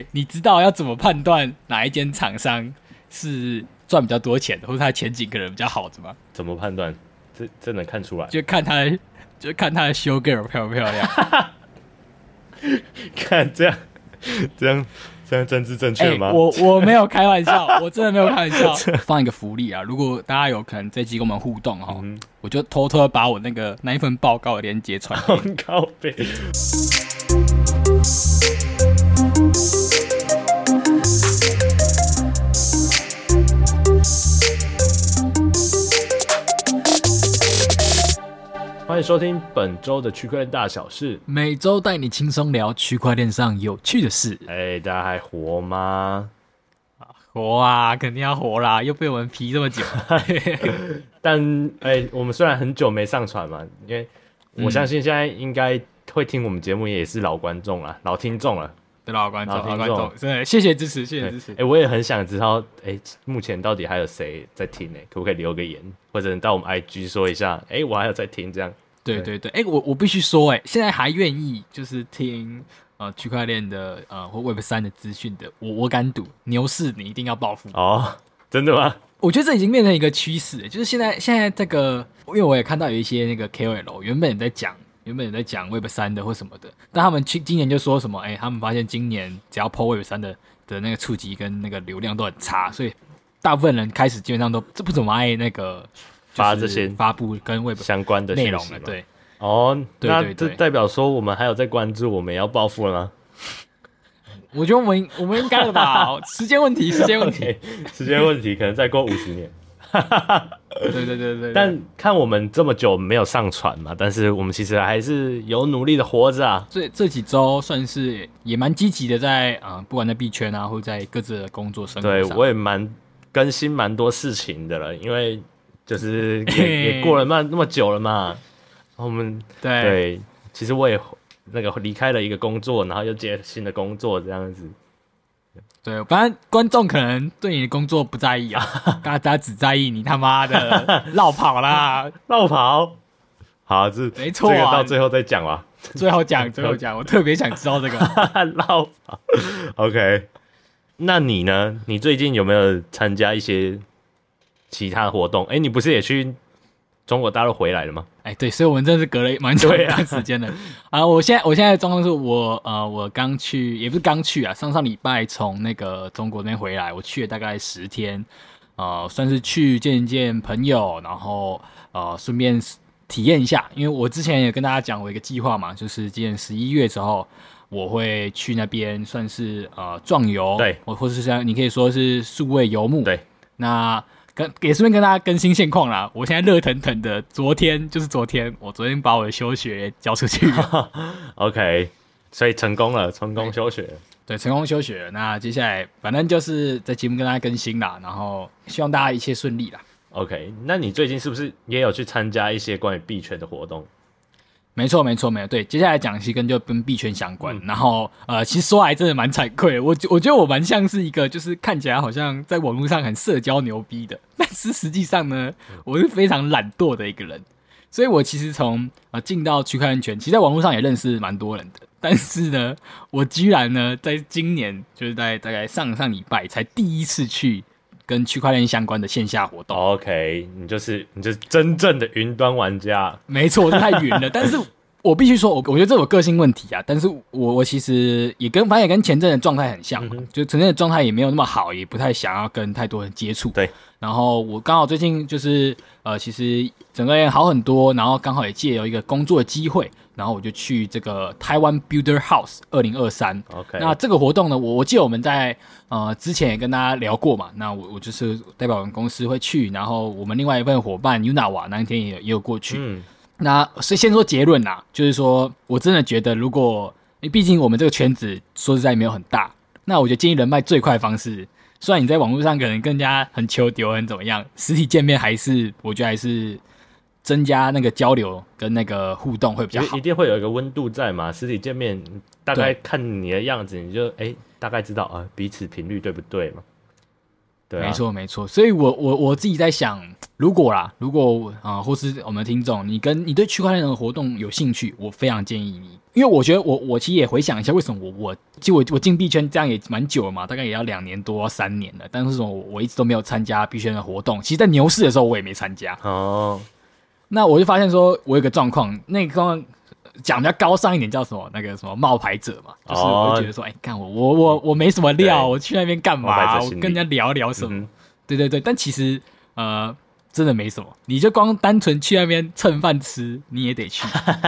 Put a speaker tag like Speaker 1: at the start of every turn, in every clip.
Speaker 1: 你知道要怎么判断哪一间厂商是赚比较多钱的，或者它前景可能比较好的吗？
Speaker 2: 怎么判断？这能看出来？
Speaker 1: 就看他的 show girl 漂不漂亮。
Speaker 2: 看这样政治正确吗？
Speaker 1: 我没有开玩笑，我真的没有开玩笑。放一个福利啊，如果大家有可能这集跟我们互动我就偷偷把我那一份报告的链接传给你。
Speaker 2: 靠北。欢迎收听本周的区块链大小事，
Speaker 1: 每周带你轻松聊区块链上有趣的事。
Speaker 2: 大家还活吗？
Speaker 1: 活啊，肯定要活啦，又被我们皮这么久。
Speaker 2: 但我们虽然很久没上传嘛，因为我相信现在应该会听我们节目也是老观众啦，老听众了。
Speaker 1: 对，老观众，真的谢谢支持，谢谢支持。
Speaker 2: 我也很想知道，目前到底还有谁在听呢？可不可以留个言，或者到我们 IG 说一下？我还有在听这样。
Speaker 1: 对，我必须说，现在还愿意就是听区块链的或 Web3 的资讯的，我敢赌，牛市你一定要暴富
Speaker 2: 哦！真的吗？
Speaker 1: 我觉得这已经变成一个趋势，就是现在这个，因为我也看到有一些那个 KOL 原本也在讲 Web3 的或什么的，但他们今年就说什么，他们发现今年只要 po Web3 的那个触及跟那个流量都很差，所以大部分人开始基本上都不怎么爱那个。
Speaker 2: 发这些
Speaker 1: 发布跟 Web
Speaker 2: 相关的
Speaker 1: 内容了，对。
Speaker 2: 那这代表说我们还有在关注，我们也要暴富了吗？
Speaker 1: 我觉得我们应该了吧，时间问题，时间问
Speaker 2: 题，可能再过50年。
Speaker 1: 对。
Speaker 2: 但看我们这么久没有上传嘛，但是我们其实还是有努力的活着啊。
Speaker 1: 这几周算是也蛮积极的在，不管在币圈啊，或者在各自的工作生活上。
Speaker 2: 对，我也更新蛮多事情的了，因为。就是也过了那么久了嘛，我们对，其实我也离开了一个工作，然后又接新的工作这样子。
Speaker 1: 对，反正观众可能对你的工作不在意啊，大家只在意你他妈的绕跑啦，
Speaker 2: 绕跑。好，
Speaker 1: 没错，这
Speaker 2: 个到最后再讲吧。
Speaker 1: 最后讲，我特别想知道这个
Speaker 2: 绕跑。OK， 那你呢？你最近有没有参加一些？其他的活动，你不是也去中国大陆回来了吗？
Speaker 1: 对，所以我们真的是隔了蛮长一段时间的我现在的状况是我刚去，也不是刚去啊，上礼拜从那个中国那边回来，我去了大概10天，算是去见一见朋友，然后顺便体验一下，因为我之前也跟大家讲我一个计划嘛，就是今年11月之后我会去那边算是壮游，
Speaker 2: 对，
Speaker 1: 或者是像你可以说是数位游牧，
Speaker 2: 对，
Speaker 1: 那。也顺便跟大家更新现况啦，我现在热腾腾的，昨天我昨天把我的休学交出去
Speaker 2: OK， 所以成功休学。
Speaker 1: 对，成功休学了。那接下来反正就是在节目跟大家更新啦，然后希望大家一切顺利啦。
Speaker 2: OK， 那你最近是不是也有去参加一些关于币圈的活动？
Speaker 1: 没错，对，接下来讲其实就跟币圈相关，然后其实说来真的蛮惭愧的，我觉得我蛮像是一个就是看起来好像在网络上很社交牛逼的，但是实际上呢，我是非常懒惰的一个人，所以我其实从进到区块链圈，其实在网络上也认识蛮多人的，但是呢，我居然呢在今年就是在大概上礼拜才第一次去跟区块链相关的线下活动。
Speaker 2: OK， 你就是真正的云端玩家。
Speaker 1: 没错，我是太云了。但是我必须说，我觉得这有个性问题啊。但是我其实反正也跟前阵的状态很像嘛，就前阵的状态也没有那么好，也不太想要跟太多人接触。
Speaker 2: 对。
Speaker 1: 然后我刚好最近就是其实整个人好很多，然后刚好也借由一个工作的机会。然后我就去这个台湾 Builder House 2023。
Speaker 2: OK，
Speaker 1: 那这个活动呢，我记得我们在之前也跟大家聊过嘛。那我就是代表我们公司会去，然后我们另外一份伙伴 Yunawa 那一天也有过去。那所以先说结论啦，就是说我真的觉得，如果毕竟我们这个圈子说实在没有很大，那我觉得建议人脉最快的方式，虽然你在网络上可能更加很求丢很怎么样，实体见面我觉得还是。增加那个交流跟那个互动会比较好，
Speaker 2: 一定会有一个温度在嘛。实体见面，大概看你的样子，你就大概知道彼此频率对不对嘛。 对啊，
Speaker 1: 没错没错。所以我自己在想，如果或是我们的听众，你对区块链的活动有兴趣，我非常建议你，因为我觉得我其实也回想一下，为什么我进币圈这样也蛮久了嘛，大概也要2年多3年了，但是我一直都没有参加币圈的活动。其实，在牛市的时候我也没参加。哦，那我就发现说，我有个状况，那个状况讲比较高尚一点，叫什么那个什么冒牌者嘛，就是我会觉得说，干我没什么料，我去那边干嘛？我跟人家聊聊什么？对对对，但其实真的没什么，你就光单纯去那边蹭饭吃，你也得去。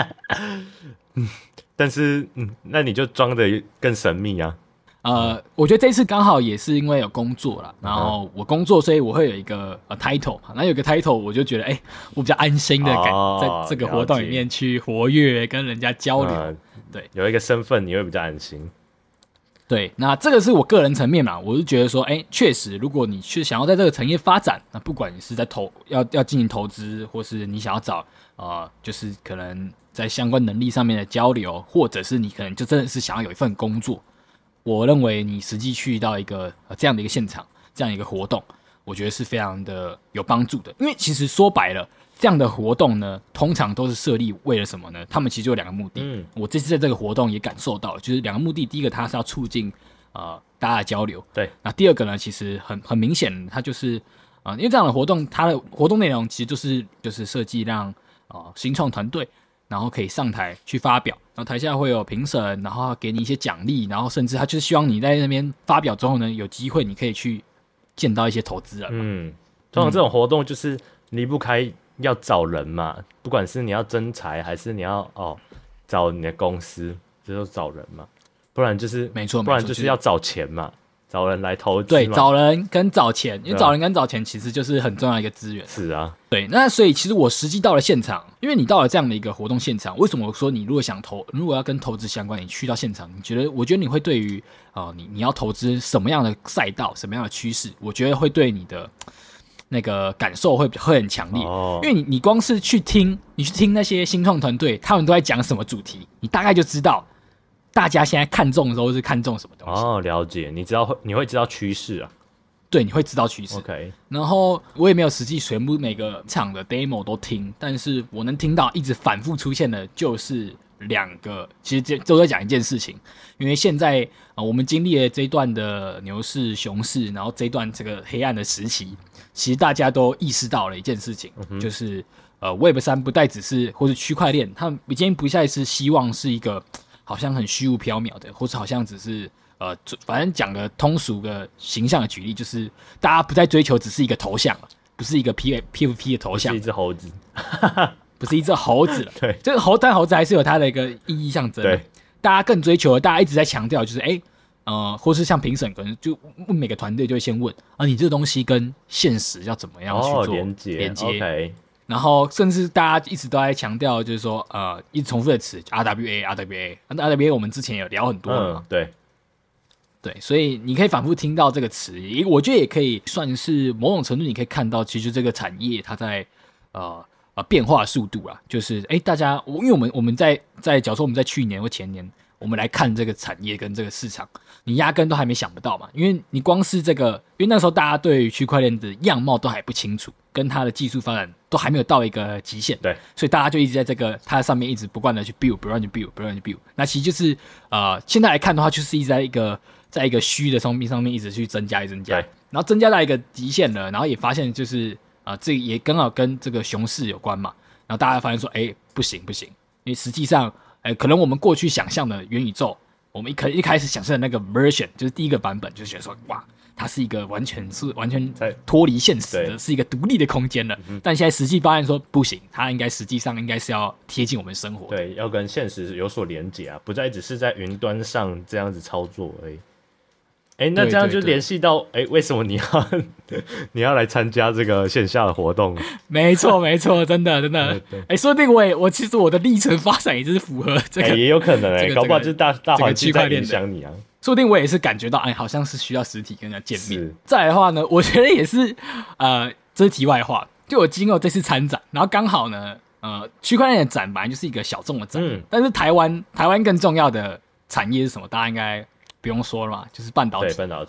Speaker 2: 但是那你就装的更神秘啊。
Speaker 1: 我觉得这次刚好也是因为有工作啦，然后我工作，所以我会有一个title 嘛，那有个 title 我就觉得，我比较安心的在这个活动里面去活跃，跟人家交流。对，
Speaker 2: 有一个身份你会比较安心。
Speaker 1: 对，那这个是我个人层面嘛，我是觉得说，确实，如果你去想要在这个产业发展，那不管你是在要进行投资，或是你想要找就是可能在相关能力上面的交流，或者是你可能就真的是想要有一份工作，我认为你实际去到一个这样的一个现场，这样一个活动，我觉得是非常的有帮助的。因为其实说白了，这样的活动呢，通常都是设立为了什么呢？他们其实就有2个目的。我这次在这个活动也感受到了，就是2个目的。第一个，它是要促进大家的交流。
Speaker 2: 对。
Speaker 1: 那第二个呢，其实很明显，它就是因为这样的活动，它的活动内容其实就是设计让新创团队，然后可以上台去发表，然后台下会有评审，然后给你一些奖励，然后甚至他就是希望你在那边发表之后呢，有机会你可以去见到一些投资人。
Speaker 2: 通常这种活动就是离不开要找人嘛，不管是你要征才还是你要找你的公司，这都找人嘛，不然就是
Speaker 1: 没错，
Speaker 2: 不然就是要找钱嘛，找人来投资嘛。
Speaker 1: 对，找人跟找钱，因为找人跟找钱其实就是很重要的一个资源。
Speaker 2: 是啊，对。
Speaker 1: 那所以其实我实际到了现场，因为你到了这样的一个活动现场，为什么我说你如果要跟投资相关，你去到现场，我觉得你会对于你要投资什么样的赛道、什么样的趋势，我觉得会对你的那个感受会很强烈。因为你光是去听那些新创团队，他们都在讲什么主题，你大概就知道大家现在看中的时候是看中什么东西。
Speaker 2: 了解，你会知道趋势啊。
Speaker 1: 对，你会知道趋势。
Speaker 2: OK。
Speaker 1: 然后我也没有实际全部每个场的 demo 都听，但是我能听到一直反复出现的就是2个，其实都在讲一件事情。因为现在我们经历了这一段的牛市、熊市，然后这一段这个黑暗的时期，其实大家都意识到了一件事情，就是Web3 不再只是或是区块链，他们已经不再是希望是一个好像很虚无缥缈的，或是好像只是反正讲个通俗的形象的举例，就是大家不再追求只是一个头像了，不是一个 PFP 的头像，
Speaker 2: 不是一只猴子，
Speaker 1: 不是一只猴子了。
Speaker 2: 对，
Speaker 1: 这个但猴子还是有它的一个意义象征。
Speaker 2: 对，
Speaker 1: 大家更追求的，大家一直在强调就是或是像评审可能就问每个团队就会先问你这个东西跟现实要怎么样去做连接。
Speaker 2: OK。
Speaker 1: 然后甚至大家一直都在强调，就是说一直重复的词 RWA， 我们之前有聊很多了嘛。对，所以你可以反复听到这个词，我觉得也可以算是某种程度，你可以看到其实这个产业它在变化速度啊，就是大家因为我们在假如说我们在去年或前年，我们来看这个产业跟这个市场，你压根都还没想不到嘛，因为你光是这个，因为那时候大家对于区块链的样貌都还不清楚，跟它的技术发展都还没有到一个极限，
Speaker 2: 对，
Speaker 1: 所以大家就一直在这个它上面一直不断的去 build， 不断去 build。那其实就是现在来看的话，就是一直在一个虚的上面一直去增加，然后增加到一个极限了，然后也发现就是这也刚好跟这个熊市有关嘛，然后大家发现说，不行，因为实际上，可能我们过去想象的元宇宙，我们一开始想象的那个 version， 就是第一个版本，就觉得说，哇，它是一个完全脱离现实的，是一个独立的空间了。但现在实际发现说不行，它实际上应该是要贴近我们生活，
Speaker 2: 对，要跟现实有所连结啊，不再只是在云端上这样子操作而已。那这样就联系到，为什么你要来参加这个线下的活动？
Speaker 1: 没错，真的，说不定我其实我的历程发展也是符合这个，
Speaker 2: 也有可能搞不好就是大环境在影响你啊。
Speaker 1: 说不定我也是感觉到，好像是需要实体跟人家见面。再来的话呢，我觉得也是，这是题外话。就我经过这次参展，然后刚好呢，区块链的展本来就是一个小众的展，但是台湾更重要的产业是什么？大家应该不用说了嘛，就是半导体。
Speaker 2: 对，半导体。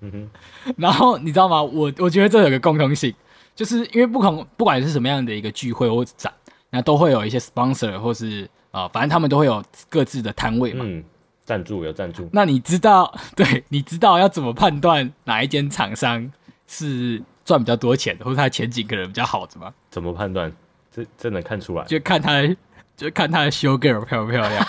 Speaker 1: 然后你知道吗？我觉得这有个共同性，就是因为不管是什么样的一个聚会或展，那都会有一些 sponsor 或是反正他们都会有各自的摊位嘛。
Speaker 2: 赞助有赞助。那
Speaker 1: 你知道要怎么判断哪一间厂商是赚比较多钱的，或者他前景可能比较好的吗？
Speaker 2: 怎么判断？这能看出来？
Speaker 1: 就看他的 show girl 漂不漂亮。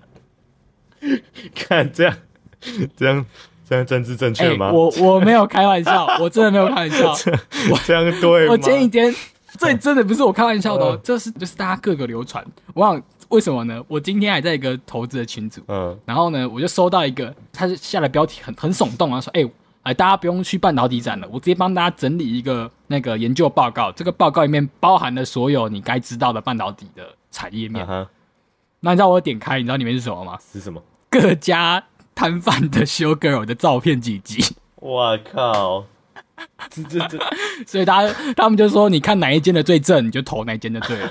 Speaker 2: 看这样政治正确吗？
Speaker 1: 我没有开玩笑，我真的没有开玩笑。
Speaker 2: 这样对吗？
Speaker 1: 我前几天这真的不是我开玩笑的哦，这是就是大家各个流传。我想为什么呢？我今天还在一个投资的群组，然后呢，我就收到一个，他下的标题很耸动啊，说大家不用去半导体展了，我直接帮大家整理一个那个研究报告，这个报告里面包含了所有你该知道的半导体的产业面。那你知道我点开，你知道里面是什么吗？
Speaker 2: 是什么？
Speaker 1: 各家摊贩的 show girl 的照片几集。
Speaker 2: 哇靠！
Speaker 1: 所以他们就说，你看哪一间的最正，你就投哪一间就对了。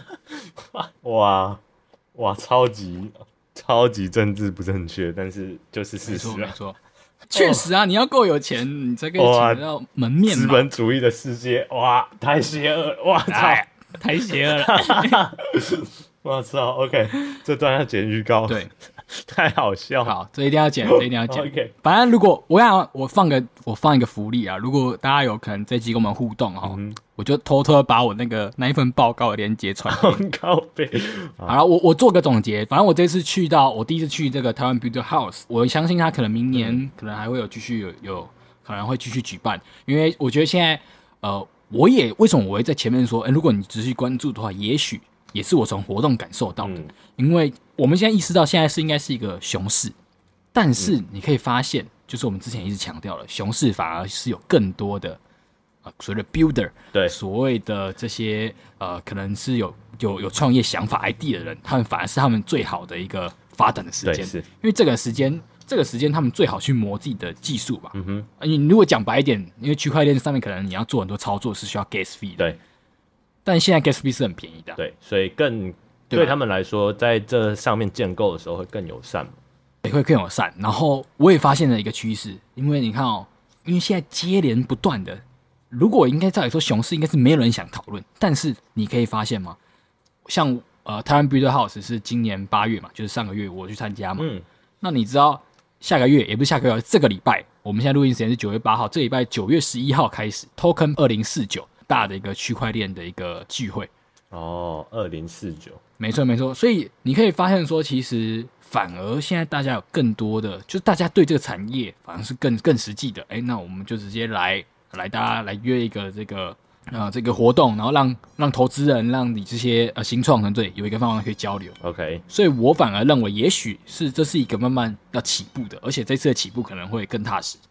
Speaker 2: 哇，超级政治不正确，但是就是事实。
Speaker 1: 没错，确实啊，你要够有钱，你才可以请到门面嘛。
Speaker 2: 资本主义的世界，哇，太邪恶了！哇操，
Speaker 1: 太邪恶了！
Speaker 2: 我操 ，OK， 这段要剪预告，
Speaker 1: 对，
Speaker 2: 太好笑。
Speaker 1: 好，这一定要剪，这一定要剪。
Speaker 2: OK，
Speaker 1: 反正如果我放一个福利啊，如果大家有可能这集跟我们互动哈，我就偷偷把我那一份报告的链接传给
Speaker 2: 靠背。
Speaker 1: 好了，我做个总结。反正我这次我第一次去这个台湾 Builder House， 我相信他可能明年可能还会有继续有可能会继续举办，因为我觉得现在为什么我会在前面说，如果你仔细关注的话，也许也是我从活动感受到的，因为我们现在意识到现在应该是一个熊市，但是你可以发现，就是我们之前一直强调了，熊市反而是有更多的所谓的 builder，
Speaker 2: 对，
Speaker 1: 所谓的这些可能是有创业想法 idea 的人，他们反而是他们最好的一个发展的时间，因为这个时间他们最好去磨自己的技术吧。你如果讲白一点，因为区块链上面可能你要做很多操作是需要 gas fee 的，
Speaker 2: 对，
Speaker 1: 但现在 gas fee 是很便宜的，
Speaker 2: 对，所以对他们来说，在这上面建构的时候会更友善，
Speaker 1: 也会更友善。然后我也发现了一个趋势，因为你看因为现在接连不断的，如果应该照理说熊市应该是没有人想讨论，但是你可以发现吗？像台湾 Builder House 是今年8月嘛，就是上个月我去参加嘛。那你知道下个月也不是下个月，这个礼拜我们现在录音时间是9月8号，这礼拜9月11号开始 Token 2049大的一个区块链的一个聚会。
Speaker 2: 2049，
Speaker 1: 没错。所以你可以发现说，其实反而现在大家有更多的，就是大家对这个产业反而是更实际的。那我们就直接来大家来约一个这个活动，然后让投资人，让你这些新创团队有一个方法可以交流。
Speaker 2: OK，
Speaker 1: 所以我反而认为，也许这是一个慢慢要起步的，而且这次的起步可能会更踏实。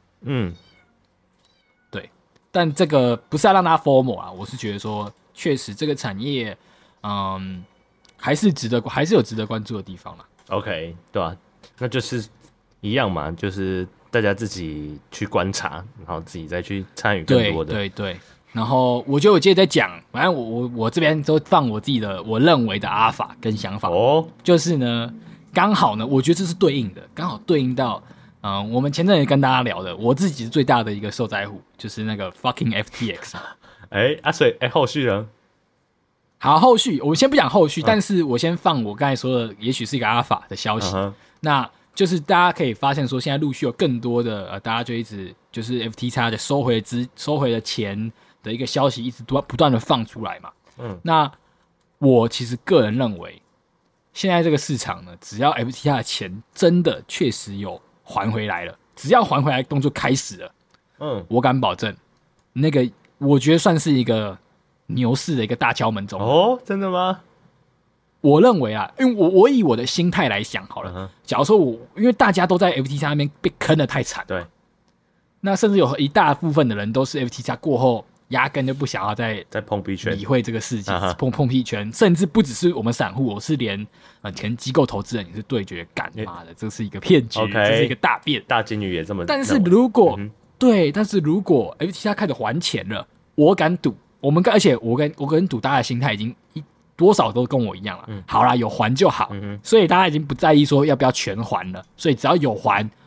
Speaker 1: 对。但这个不是要让大家 FOMO 啊，我是觉得说，确实这个产业，还是有值得关注的地方啦。
Speaker 2: OK， 对吧？那就是一样嘛，就是大家自己去观察，然后自己再去参与更多的。
Speaker 1: 对。然后我觉得我接着在讲，反正我这边都放我自己的我认为的阿法跟想法。就是呢，刚好呢，我觉得这是对应的，刚好对应到我们前阵子跟大家聊的，我自己是最大的一个受灾户，就是那个 fucking FTX。
Speaker 2: 所以后续呢？
Speaker 1: 好，后续我先不讲后续，但是我先放我刚才说的，也许是一个阿法的消息。那就是大家可以发现说，现在陆续有更多的大家就一直就是 FTX 的收回的钱的一个消息，一直不断的放出来嘛。那我其实个人认为，现在这个市场呢，只要 FTX 的钱真的确实有还回来了，只要还回来动作开始了，我敢保证，那个我觉得算是一个牛市的一个大敲门钟。
Speaker 2: 真的吗？
Speaker 1: 我认为啊，因为我以我的心态来想好了，假如说因为大家都在 FTX 那边被坑得太惨，
Speaker 2: 对，
Speaker 1: 那甚至有一大部分的人都是 FTX 过后压根就不想要再
Speaker 2: 碰币圈
Speaker 1: 理会这个事情，碰币圈，甚至不只是我们散户，我是连前机构投资人也是对决，干妈的，这是一个骗局，这是一个大变，
Speaker 2: 大金鱼也这么。
Speaker 1: 但是如果FTX 开始还钱了，我敢赌，而且我跟赌大家的心态已经多少都跟我一样了。好啦，有还就好，所以大家已经不在意说要不要全还了，所以只要有还，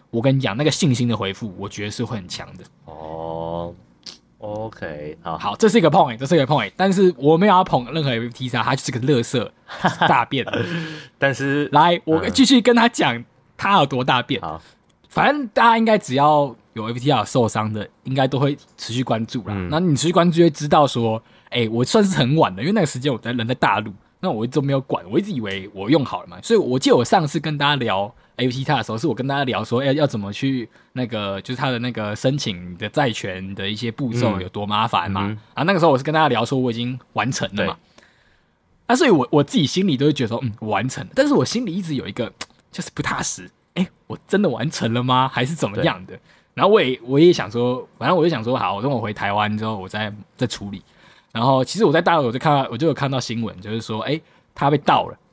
Speaker 1: 我跟你讲，那个信心的回复，我觉得是会很强的。
Speaker 2: 哦 ，OK，
Speaker 1: 好，这是一个 point， 这是一个 point， 但是我没有要捧任何 FPT 它就是个垃圾大便。
Speaker 2: 但是
Speaker 1: 来，我继续跟他讲他有多大便。
Speaker 2: 好，
Speaker 1: 反正大家应该只要有 FPT 受伤的，应该都会持续关注啦。那你持续关注就会知道说，我算是很晚的，因为那个时间我人在大陆，那我一直都没有管，我一直以为我用好了嘛。所以我记得我上次跟大家聊 FPT 的时候，是我跟大家聊说，要怎么去那个就是他的那个申请的债权的一些步骤有多麻烦嘛。那个时候我是跟大家聊说我已经完成了嘛。所以我自己心里都会觉得说，我完成了，但是我心里一直有一个就是不踏实，我真的完成了吗？还是怎么样的？然后我也想说，反正我就想说，好，等我回台湾之后，我再处理。然后其实我在大陆我就有看到新闻，就是说，他被盗了，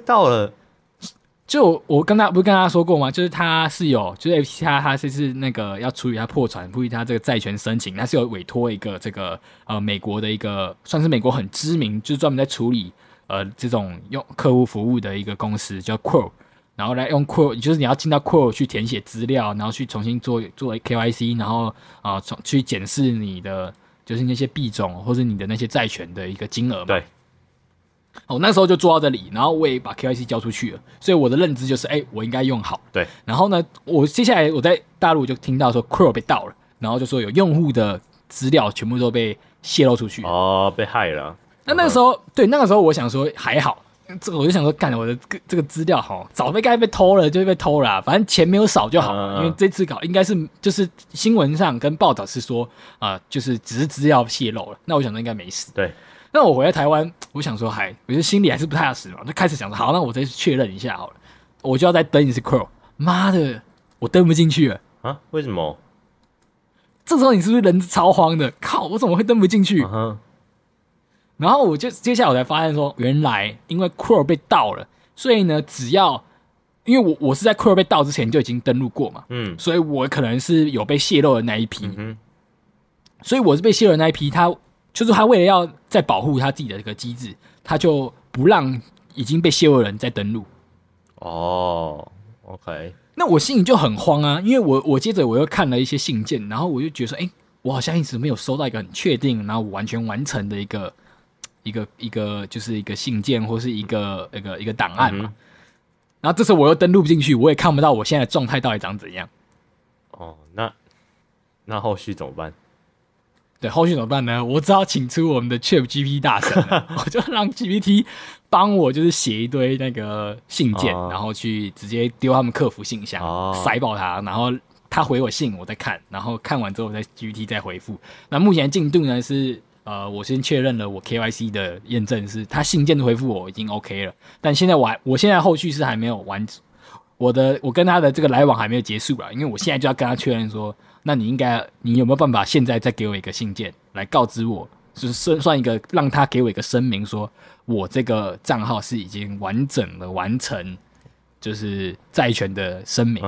Speaker 1: 就我不是跟他说过吗？就是他是有，就是 FTX 他是那个要处理他破产，处理他这个债权申请，他是有委托一个这个美国的一个算是美国很知名，就是专门在处理这种用客户服务的一个公司叫 Quo， 然后来用 Quo， 就是你要进到 Quo 去填写资料，然后去重新做 KYC， 然后去检视你的就是那些币种或者你的那些债权的一个金额嘛。
Speaker 2: 对。
Speaker 1: 那时候就做到这里，然后我也把 KYC 交出去了，所以我的认知就是，我应该用好。
Speaker 2: 对。
Speaker 1: 然后呢，我接下来我在大陆就听到说 Quo 被盗了，然后就说有用户的资料全部都被泄露出去。
Speaker 2: 被害了。
Speaker 1: 那个时候，对，那个时候我想说还好，这个我就想说，干我的这个资料早该被偷了，就被偷了反正钱没有少就好了。因为这次搞应该是就是新闻上跟报道是说就是只是资料泄露了，那我想说应该没事。
Speaker 2: 对。
Speaker 1: 那我回来台湾，我想说我觉得心里还是不踏实嘛，就开始想说，好，那我再确认一下好了，我就要再登一次 Quo。妈的，我登不进去了
Speaker 2: 啊？为什么？
Speaker 1: 这时候你是不是人超慌的？靠，我怎么会登不进去？然后我就接下来我才发现说，原来因为 Quo 被盗了，所以呢，只要因为我是在 Quo 被盗之前就已经登录过嘛，所以我可能是有被泄露的那一批，所以我是被泄露的那一批，就是他为了要再保护他自己的这个机制，他就不让已经被泄露的人再登录。
Speaker 2: OK。
Speaker 1: 那我心里就很慌啊，因为我接着我又看了一些信件，然后我就觉得说，我好像一直没有收到一个很确定，然后完全完成的一个就是一个信件或是一个档案嘛。然后这时候我又登录不进去，我也看不到我现在的状态到底长怎样。
Speaker 2: 那后续怎么办？
Speaker 1: 对，后续怎么办呢？我只好请出我们的 ChatGPT 大神我就让 GPT 帮我就是写一堆那个信件，然后去直接丢他们客服信箱，塞爆他，然后他回我信，我再看，然后看完之后再 GPT 再回复。那目前进度呢是我先确认了我 KYC 的验证是他信件的回复我已经 OK 了，但现在我现在后续是还没有完，我跟他的这个来往还没有结束啦，因为我现在就要跟他确认说，那你有没有办法现在再给我一个信件来告知我，就是算一个让他给我一个声明，说我这个账号是已经完整的完成，就是债权的声明。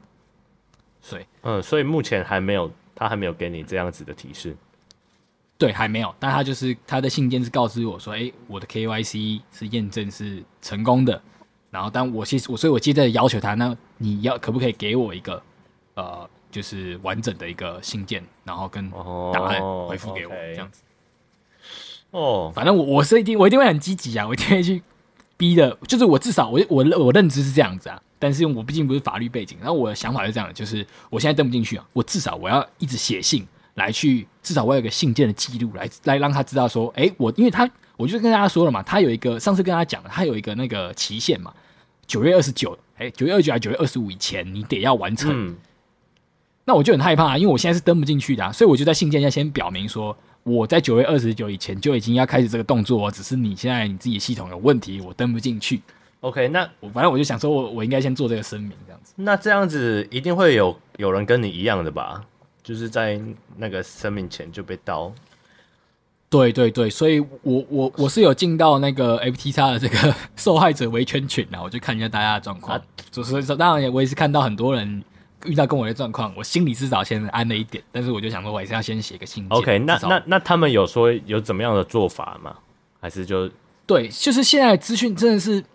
Speaker 2: 所以目前他还没有给你这样子的提示。
Speaker 1: 对，还没有，但他的信件是告知我说，我的 KYC 是验证是成功的，然后所以我接着要求他，那你可不可以给我一个就是完整的一个信件，然后跟档案回复给我，这样子。反正我一定会很积极啊，我一定会去逼的，就是我至少我认知是这样子啊，但是我毕竟不是法律背景，然后我的想法是这样的，就是我现在登不进去啊，我至少我要一直写信来去，至少我有一个信件的记录来让他知道说，因为我就跟大家说了嘛，他有一个上次跟他讲了，他有一个那个期限嘛，9月29，9月29还9月25以前你得要完成。那我就很害怕因为我现在是登不进去的所以我就在信件要先表明说，我在9月29以前就已经要开始这个动作，只是你现在你自己的系统有问题，我登不进去。
Speaker 2: OK， 那
Speaker 1: 反正我就想说我应该先做这个声明，这样子。
Speaker 2: 那这样子一定会有人跟你一样的吧？就是在那个声明前就被盗。
Speaker 1: 对对对，所以我是有进到那个 FTX 的这个受害者维权群我就看一下大家的状况。就是当然我也是看到很多人遇到跟我的状况，我心里至少先安了一点，但是我就想说我还是要先写个信件。
Speaker 2: OK， 那他们有说有怎么样的做法吗？还是就
Speaker 1: 对，就是现在资讯真的是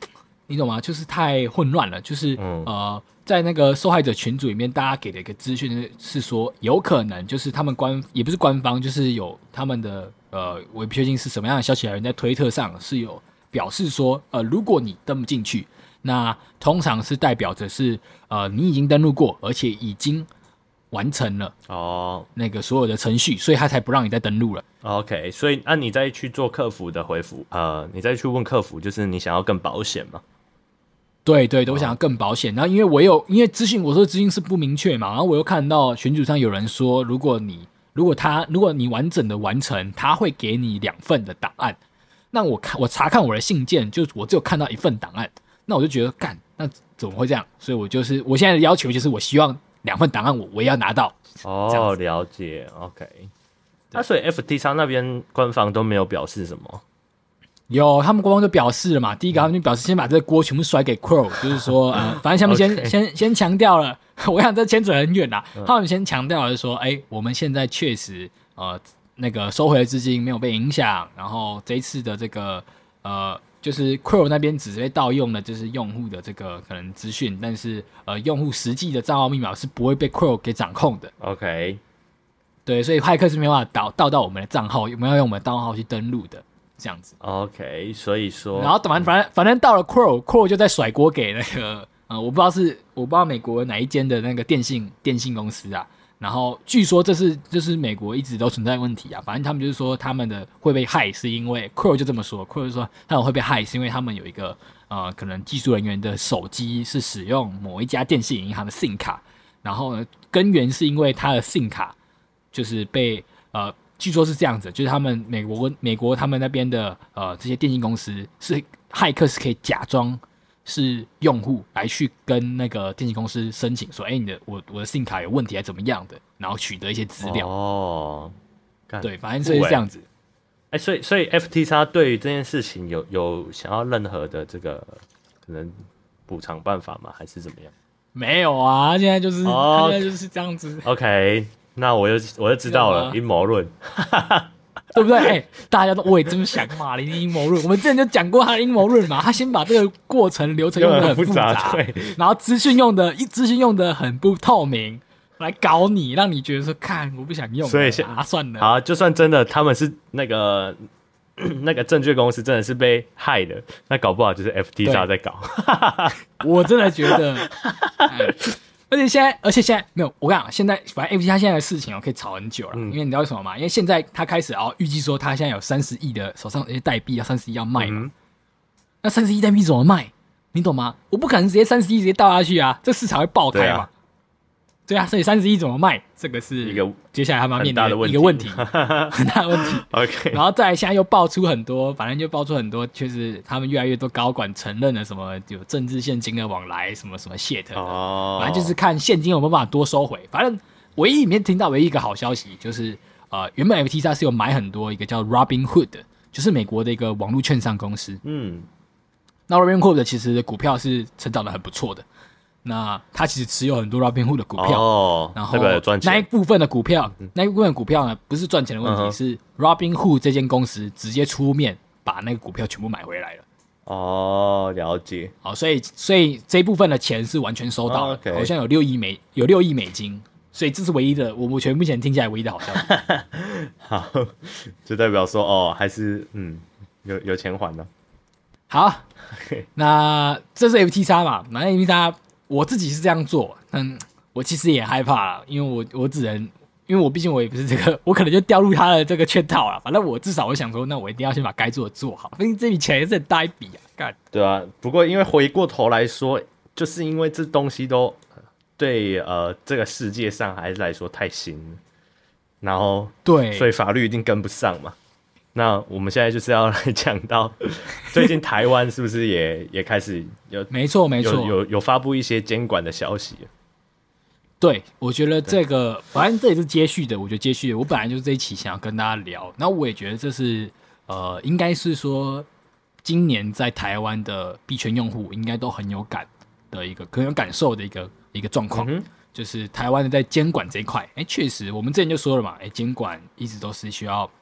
Speaker 1: 你懂吗？就是太混乱了，就是在那个受害者群组里面，大家给的一个资讯是说，有可能就是他们也不是官方，就是有他们的我也不确定是什么样的消息来源，在推特上是有表示说，如果你登不进去，那通常是代表着是你已经登录过，而且已经完成了那个所有的程序，所以他才不让你再登录了。
Speaker 2: OK， 所以你再去做客服的回复，你再去问客服，就是你想要更保险嘛？
Speaker 1: 对，我想要更保险。然后因为资讯，我说资讯是不明确嘛，然后我又看到群组上有人说，如果你完整的完成，他会给你2份的档案。那我查看我的信件，就我只有看到1份档案，那我就觉得那怎么会这样？所以我现在的要求就是，我希望2份档案我也要拿到。
Speaker 2: 了解 ，OK。所以 FTX 那边官方都没有表示什么。
Speaker 1: 有，他们官方就表示了嘛。第一个，他们就表示先把这个锅全部甩给 Crow， 就是说，反正他们先强调了。我想这牵扯很远啦。他们先强调了说，我们现在确实那个收回的资金没有被影响，然后这一次的这个就是 Crow 那边只被盗用的，就是用户的这个可能资讯，但是用户实际的账号密码是不会被 Crow 给掌控的。
Speaker 2: OK，
Speaker 1: 对，所以骇客是没办法盗到我们的账号，有没有用我们的账号去登录的？这样子
Speaker 2: ，OK， 所以说，
Speaker 1: 然后反正到了 Crow 就在甩锅给那个我不知道美国哪一间的那个电信公司啊。然后据说这是美国一直都存在的问题啊。反正他们就是说他们的会被害，是因为 Crow 就这么说 ，Crow 就说他们会被害，是因为他们有一个可能技术人员的手机是使用某一家电信银行的 SIM 卡，然后呢根源是因为他的 SIM 卡就是被据说是这样子，就是他们美国他们那边的这些电信公司是骇客是可以假装是用户来去跟那个电信公司申请说，我的 SIM 卡有问题还怎么样的，然后取得一些资料。对，反正就是这样子。
Speaker 2: 所以 FTX 对于这件事情有想要任何的这个可能补偿办法吗？还是怎么样？
Speaker 1: 没有啊，现在就是这样子。
Speaker 2: OK。那我就知道了，阴谋论，
Speaker 1: 对不对？大家都我也这么想嘛，你阴谋论，我们之前就讲过他的阴谋论嘛，他先把这个过程流程用得很复杂，
Speaker 2: 对，
Speaker 1: 然后资讯用的很不透明，来搞你，让你觉得说看我不想用，
Speaker 2: 所以
Speaker 1: 算了。
Speaker 2: 好，就算真的他们是那个证券公司真的是被害的，那搞不好就是 FTX 在搞。
Speaker 1: 我真的觉得。而且现在没有，我跟你讲，现在反正 FTX 现在的事情可以吵很久了，因为你知道为什么吗？因为现在他开始预计说他现在有30亿的手上那些代币要30亿要卖嘛，那30亿代币怎么卖？你懂吗？我不可能直接30亿直接倒下去啊，这市场会爆开嘛。对啊，所以30亿怎么卖？这个是一个接下来他们要面临的一个问题，很大的问题。
Speaker 2: OK， 然
Speaker 1: 后再来现在又爆出很多，反正就爆出很多，就是他们越来越多高管承认了什么有政治现金的往来，什么 shit 的，反正就是看现金有没有办法多收回。反正唯一里面听到唯一一个好消息就是，原本 FTX 是有买很多一个叫 Robinhood 的，就是美国的一个网络券商公司。那 Robinhood 其实股票是成长的很不错的。那他其实持有很多 Robinhood 的股票，然后那一部分的股票，呢，不是赚钱的问题，是 Robinhood 这间公司直接出面把那个股票全部买回来了。
Speaker 2: 了解。
Speaker 1: 好，所以这一部分的钱是完全收到了，好像有6亿美金，所以这是唯一的，我全部钱听起来唯一的好消息。
Speaker 2: 好，就代表说还是有钱还的。
Speaker 1: 好，那这是 FTX 嘛？那 FTX。我自己是这样做，但我其实也害怕啦，因为我只能，因为我毕竟我也不是这个，我可能就掉入他的这个圈套了。反正我至少我想说，那我一定要先把该做的做好，毕竟这笔钱也是很大一笔啊，干。
Speaker 2: 对啊，不过因为回过头来说，就是因为这东西都对这个世界上还是来说太新了，然后
Speaker 1: 对，
Speaker 2: 所以法律一定跟不上嘛。那我们现在就是要来讲到最近台湾是不是也开始有
Speaker 1: 没错
Speaker 2: 有发布一些监管的消息。
Speaker 1: 对，我觉得这个反正这也是接续的，我觉得接续的，我本来就是这一期想要跟大家聊，然后我也觉得这是应该是说今年在台湾的币圈用户应该都很有感的一个很有感受的一个状况，就是台湾的在监管这一块，确实我们之前就说了嘛，监管一直都是需要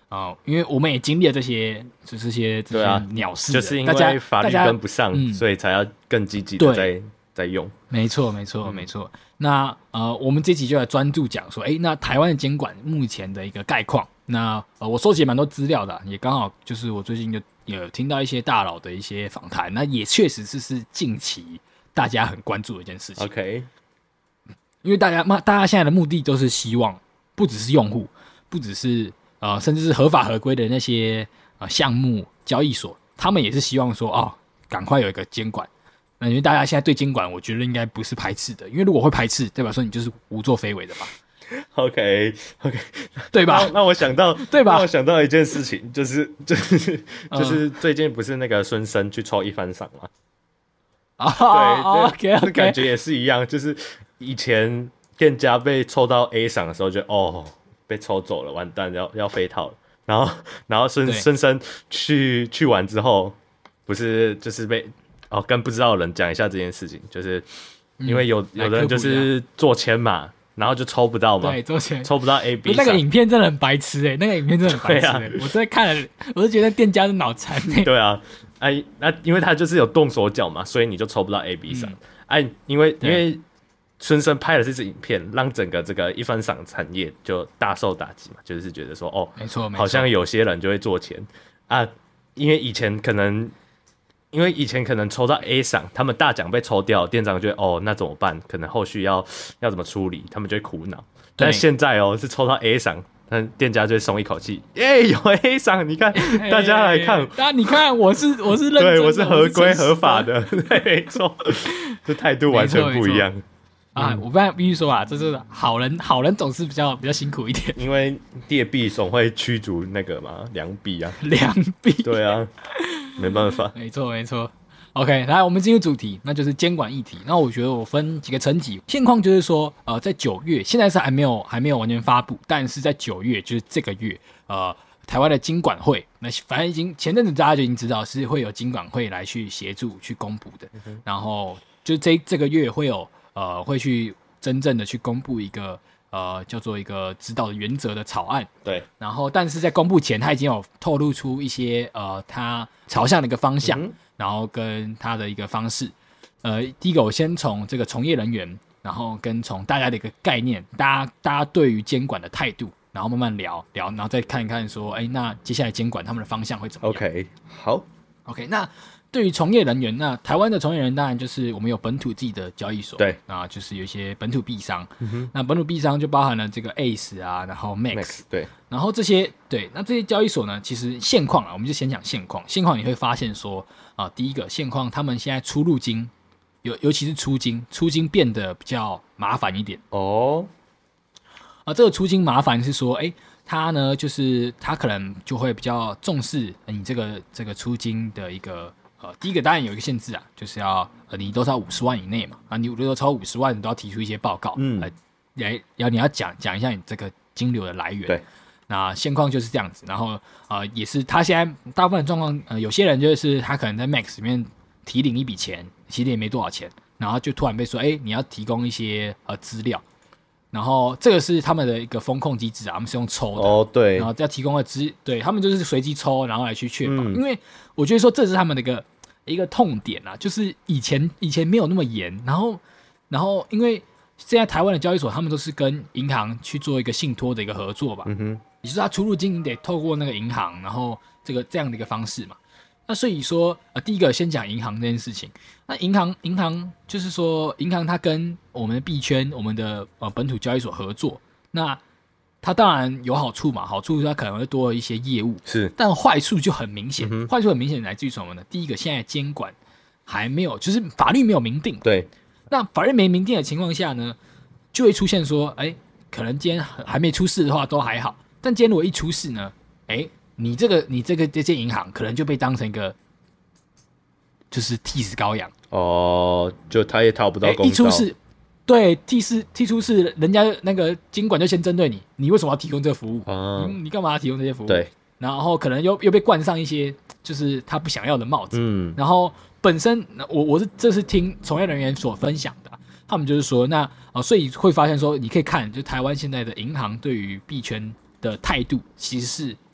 Speaker 1: 因为我们也经历了这些鸟事，
Speaker 2: 就是因为法律跟不上，所以才要更积极的在用。
Speaker 1: 没错。那我们这集就来专注讲说，那台湾的监管目前的一个概况。那我收集蛮多资料的，也刚好就是我最近就有听到一些大佬的一些访谈，那也确实是近期大家很关注的一件事情。
Speaker 2: OK，
Speaker 1: 因为大家现在的目的都是希望，不只是用户，不只是甚至是合法合规的那些项目交易所，他们也是希望说赶快有一个监管。那因为大家现在对监管，我觉得应该不是排斥的，因为如果会排斥，代表说你就是无作非为的嘛。
Speaker 2: OK，
Speaker 1: 对吧？
Speaker 2: 那我想到，
Speaker 1: 对吧？
Speaker 2: 那我想到一件事情，就是最近不是那个孙生去抽一番赏吗？对，
Speaker 1: OK，
Speaker 2: 感觉也是一样，就是以前店家被抽到 A 赏的时候就，被抽走了，完蛋，要飞套了。然后孙生去完之后，不是就是被跟不知道的人讲一下这件事情，就是因为有人就是做签嘛。然后就抽不到嘛，
Speaker 1: 对，
Speaker 2: 抽不到 A、B 赏。
Speaker 1: 那个影片真的很白痴那个影片真的很白痴我在看了，我就觉得店家是脑残
Speaker 2: 对啊，那因为他就是有动手脚嘛，所以你就抽不到 A、B 赏。因为孙生拍了这支影片，让整个这个一番赏产业就大受打击嘛，就是觉得说
Speaker 1: 没错，
Speaker 2: 好像有些人就会做钱因为以前可能抽到 A 赏，他们大奖被抽掉，店长就会那怎么办？可能后续要怎么处理，他们就会苦恼。但现在是抽到 A 赏，那店家就会松一口气，有 A 赏，你看大家来看，
Speaker 1: 你看我是认真的，
Speaker 2: 对，我是合规合法的，对，没错，这态度完全不一样。
Speaker 1: 我必须说这是好人总是比较辛苦一点，
Speaker 2: 因为劣币总会驱逐那个嘛良币啊，
Speaker 1: 良币，
Speaker 2: 对啊，没办法，
Speaker 1: 没错。OK， 来，我们进入主题，那就是监管议题。那我觉得我分几个层级，现况就是说，在9月，现在是还没有完全发布，但是在9月，就是这个月，台湾的金管会，那反正前阵子大家就已经知道是会有金管会来去协助去公布的，然后就这个月会有会去真正的去公布一个叫做一个指导的原则的草案，
Speaker 2: 对，
Speaker 1: 然后但是在公布前，他已经有透露出一些他朝向的一个方向。然后跟他的一个方式，第一个我先从这个从业人员，然后跟从大家的一个概念，大家对于监管的态度，然后慢慢聊，然后再看一看说，那接下来监管他们的方向会怎么样
Speaker 2: ？OK， 好
Speaker 1: ，OK， 那对于从业人员，那台湾的从业人员当然就是我们有本土自己的交易所，
Speaker 2: 对，
Speaker 1: 那就是有一些本土币商，那本土币商就包含了这个 ACE 然后 Max，
Speaker 2: 对，
Speaker 1: 然后这些交易所呢，其实现况我们就先讲现况你会发现说。第一个现况，他们现在出入金，尤其是出金变得比较麻烦一点这个出金麻烦是说，他呢就是他可能就会比较重视你这个出金的一个第一个当然有一个限制就是要你都是要50万以内嘛你如果超过50万，你都要提出一些报告，你要讲一下你这个金流的来源，
Speaker 2: 对。
Speaker 1: 那现况就是这样子，然后也是他现在大部分的状况，有些人就是他可能在 Max 里面提领一笔钱，其实也没多少钱，然后就突然被说，你要提供一些资料，然后这个是他们的一个风控机制他们是用抽的
Speaker 2: 对，
Speaker 1: 然后要提供的对他们就是随机抽，然后来去确保，因为我觉得说这是他们的一个痛点就是以前没有那么严，然后因为现在台湾的交易所他们都是跟银行去做一个信托的一个合作吧，也就是他出入金你得透过那个银行，然后这样的一个方式嘛。那所以说第一个先讲银行这件事情。那银行就是说银行它跟我们的币圈我们的本土交易所合作，那它当然有好处嘛，好处是它可能会多了一些业务，
Speaker 2: 是，
Speaker 1: 但坏处就很明显，坏处很明显来自于什么呢？第一个，现在监管还没有，就是法律没有明定，
Speaker 2: 对。
Speaker 1: 那法律没明定的情况下呢，就会出现说，可能今天还没出事的话都还好，但今天如果一出事呢，你这间银行可能就被当成一个就是替死羔羊
Speaker 2: 就他也讨不到公道，
Speaker 1: 一出事，对，替出事，人家那个金管就先针对你为什么要提供这个服务？你干嘛要提供这些服务？
Speaker 2: 对，
Speaker 1: 然后可能又被冠上一些就是他不想要的帽子，然后。本身这是听从业人员所分享的，他们就是说，所以会发现说，你可以看，就台湾现在的银行对于币圈的态度，其实是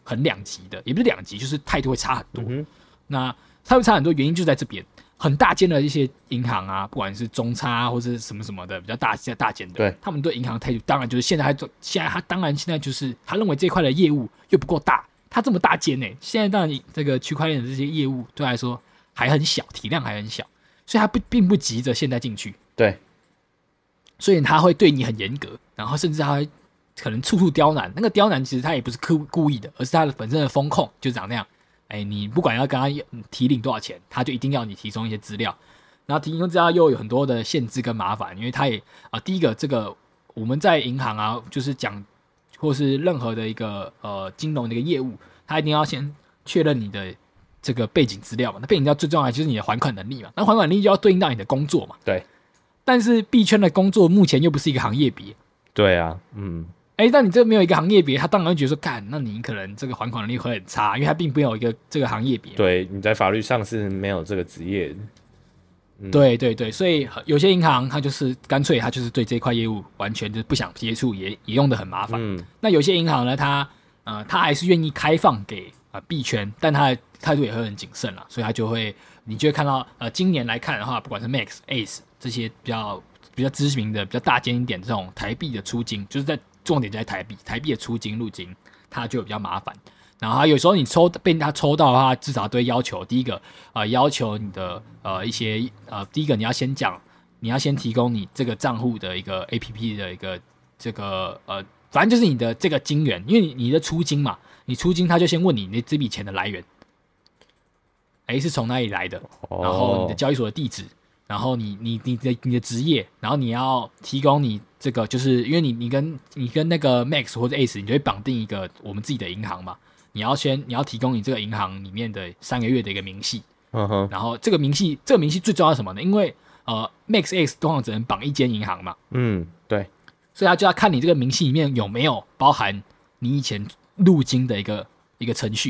Speaker 1: 很两极的，也不是两极，就是态度会差很多。那它会差很多，原因就在这边。很大间的一些银行啊，不管是中差或是什么什么的比较大间的，
Speaker 2: 对，
Speaker 1: 他们对银行态度当然就是现在他当然现在就是他认为这块的业务又不够大，他这么大间呢，现在当然这个区块链的这些业务对他来说还很小，体量还很小，所以他并不急着现在进去。
Speaker 2: 对，
Speaker 1: 所以他会对你很严格，然后甚至他会可能处处刁难。那个刁难其实他也不是故意的，而是他的本身的风控就长那样。你不管要跟他提领多少钱，他就一定要你提供一些资料，然后提供资料又有很多的限制跟麻烦，因为他也第一个这个我们在银行啊，就是讲或是任何的一个金融的一个业务，他一定要先确认你的这个背景资料嘛。那背景资料最重要的就是你的还款能力嘛，那还款能力就要对应到你的工作嘛。
Speaker 2: 对。
Speaker 1: 但是币圈的工作目前又不是一个行业别。
Speaker 2: 对啊，
Speaker 1: 但你这没有一个行业别，他当然会觉得说，干，那你可能这个还款能力会很差，因为他并没有一个这个行业别。
Speaker 2: 对，你在法律上是没有这个职业的。
Speaker 1: 对对对，所以有些银行他就是干脆他就是对这块业务完全就是不想接触，也用得很麻烦。那有些银行呢，他还是愿意开放给币圈，但他的态度也会很谨慎啦，所以他你就会看到今年来看的话，不管是 Max、Ace 这些比较知名的、比较大间一点这种台币的出金，就是在重点就在台币的出金入金，它就比较麻烦。然后有时候你被他抽到的话，至少都会要求第一个要求你的一些第一个你要先提供你这个账户的一个 APP 的一个这个反正就是你的这个金源，因为你的出金嘛，你出金他就先问你这笔钱的来源，是从哪里来的，然后你的交易所的地址。然后你的职业，然后你要提供你这个，就是因为你跟那个 Max 或者 Ace， 你就会绑定一个我们自己的银行嘛，你要提供你这个银行里面的3个月的一个明细，然后这个明细最重要是什么呢？因为Max Ace 通常只能绑一间银行嘛，
Speaker 2: 对，
Speaker 1: 所以他就要看你这个明细里面有没有包含你以前入金的一个程序，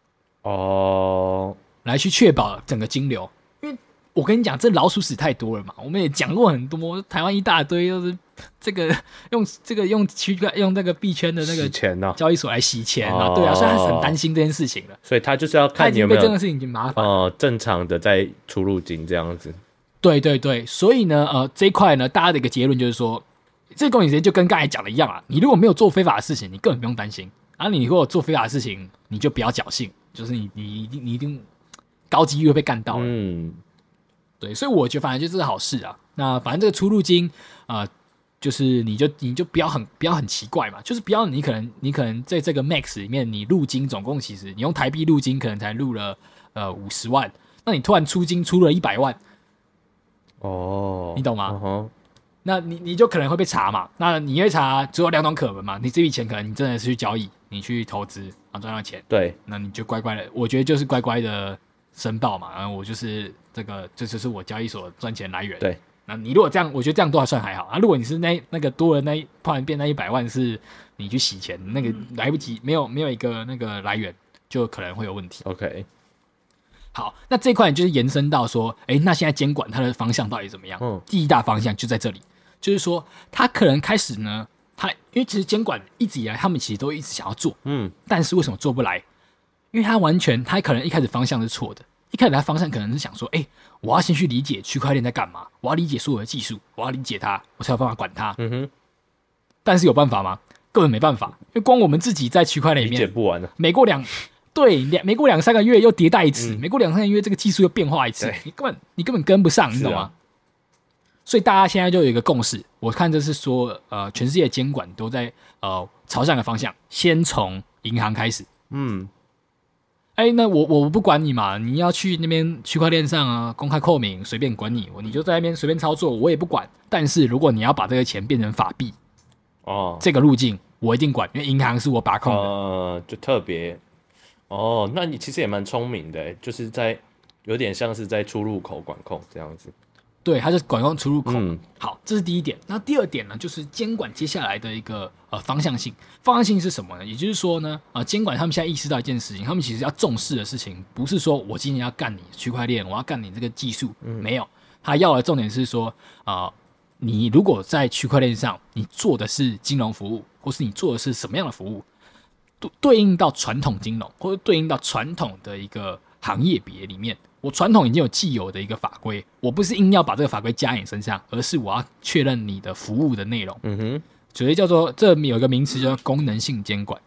Speaker 1: 来去确保整个金流。我跟你讲，这老鼠屎太多了嘛！我们也讲过很多，台湾一大堆都是用那个币圈的那个交易所来洗钱啊，对啊，所以他是很担心这件事情了。
Speaker 2: 所以他就是要看你有没有
Speaker 1: 这件事情已经麻烦
Speaker 2: 正常的在出入金这样子。
Speaker 1: 对对对，所以呢，这一块呢，大家的一个结论就是说，这个公理时间就跟刚才讲的一样啊，你如果没有做非法的事情，你根本不用担心；你如果做非法的事情，你就不要侥幸，就是你一定高几率会被干到了。对，所以我觉得反正就是好事啊。那反正这个出入金，就是你就不要很奇怪嘛，就是不要你可能在这个 Max 里面，你入金总共其实你用台币入金可能才入了50万，那你突然出金出了100万，你懂吗？那你就可能会被查嘛。那你会查只有2种可能嘛，你这笔钱可能你真的是去交易，你去投资然后赚到钱，
Speaker 2: 对，
Speaker 1: 那你就乖乖的，我觉得就是乖乖的申报嘛，然后我就是这就是我交易所赚钱来源。
Speaker 2: 对，
Speaker 1: 那你如果这样，我觉得这样都还算还好啊。如果你是那个多了突然变那100万是你去洗钱，那个来不及，没有一个那个来源，就可能会有问题。
Speaker 2: OK，
Speaker 1: 好，那这一块就是延伸到说，那现在监管它的方向到底怎么样？第一大方向就在这里，就是说它可能开始呢，因为其实监管一直以来他们其实都一直想要做，但是为什么做不来？因为他可能一开始方向是错的，一开始他方向可能是想说，我要先去理解区块链在干嘛，我要理解所有的技术，我要理解它，我才有办法管它。但是有办法吗？根本没办法，因为光我们自己在区块链里面
Speaker 2: 理解不完了。
Speaker 1: 每过2-3个月又迭代一次，每过2-3个月这个技术又变化一次，你根本跟不上，你懂吗？所以大家现在就有一个共识，我看这是说，全世界的监管都在朝向的方向，先从银行开始。那我不管你嘛，你要去那边区块链上啊，公开透明，随便管你就在那边随便操作，我也不管。但是如果你要把这个钱变成法币，这个路径我一定管，因为银行是我把控的。
Speaker 2: 就特别那你其实也蛮聪明的，就是有点像是在出入口管控这样子。
Speaker 1: 对，它就是管控出入口。好，这是第一点。那第二点呢，就是监管接下来的一个方向性。方向性是什么呢？也就是说呢，监管他们现在意识到一件事情，他们其实要重视的事情，不是说我今天要干你区块链，我要干你这个技术，没有。他要的重点是说，你如果在区块链上，你做的是金融服务，或是你做的是什么样的服务， 对应到传统金融，或者对应到传统的一个行业别里面。我传统已经有既有的一个法规，我不是硬要把这个法规加你身上，而是我要确认你的服务的内容。所以叫做这有一个名词叫功能性监管。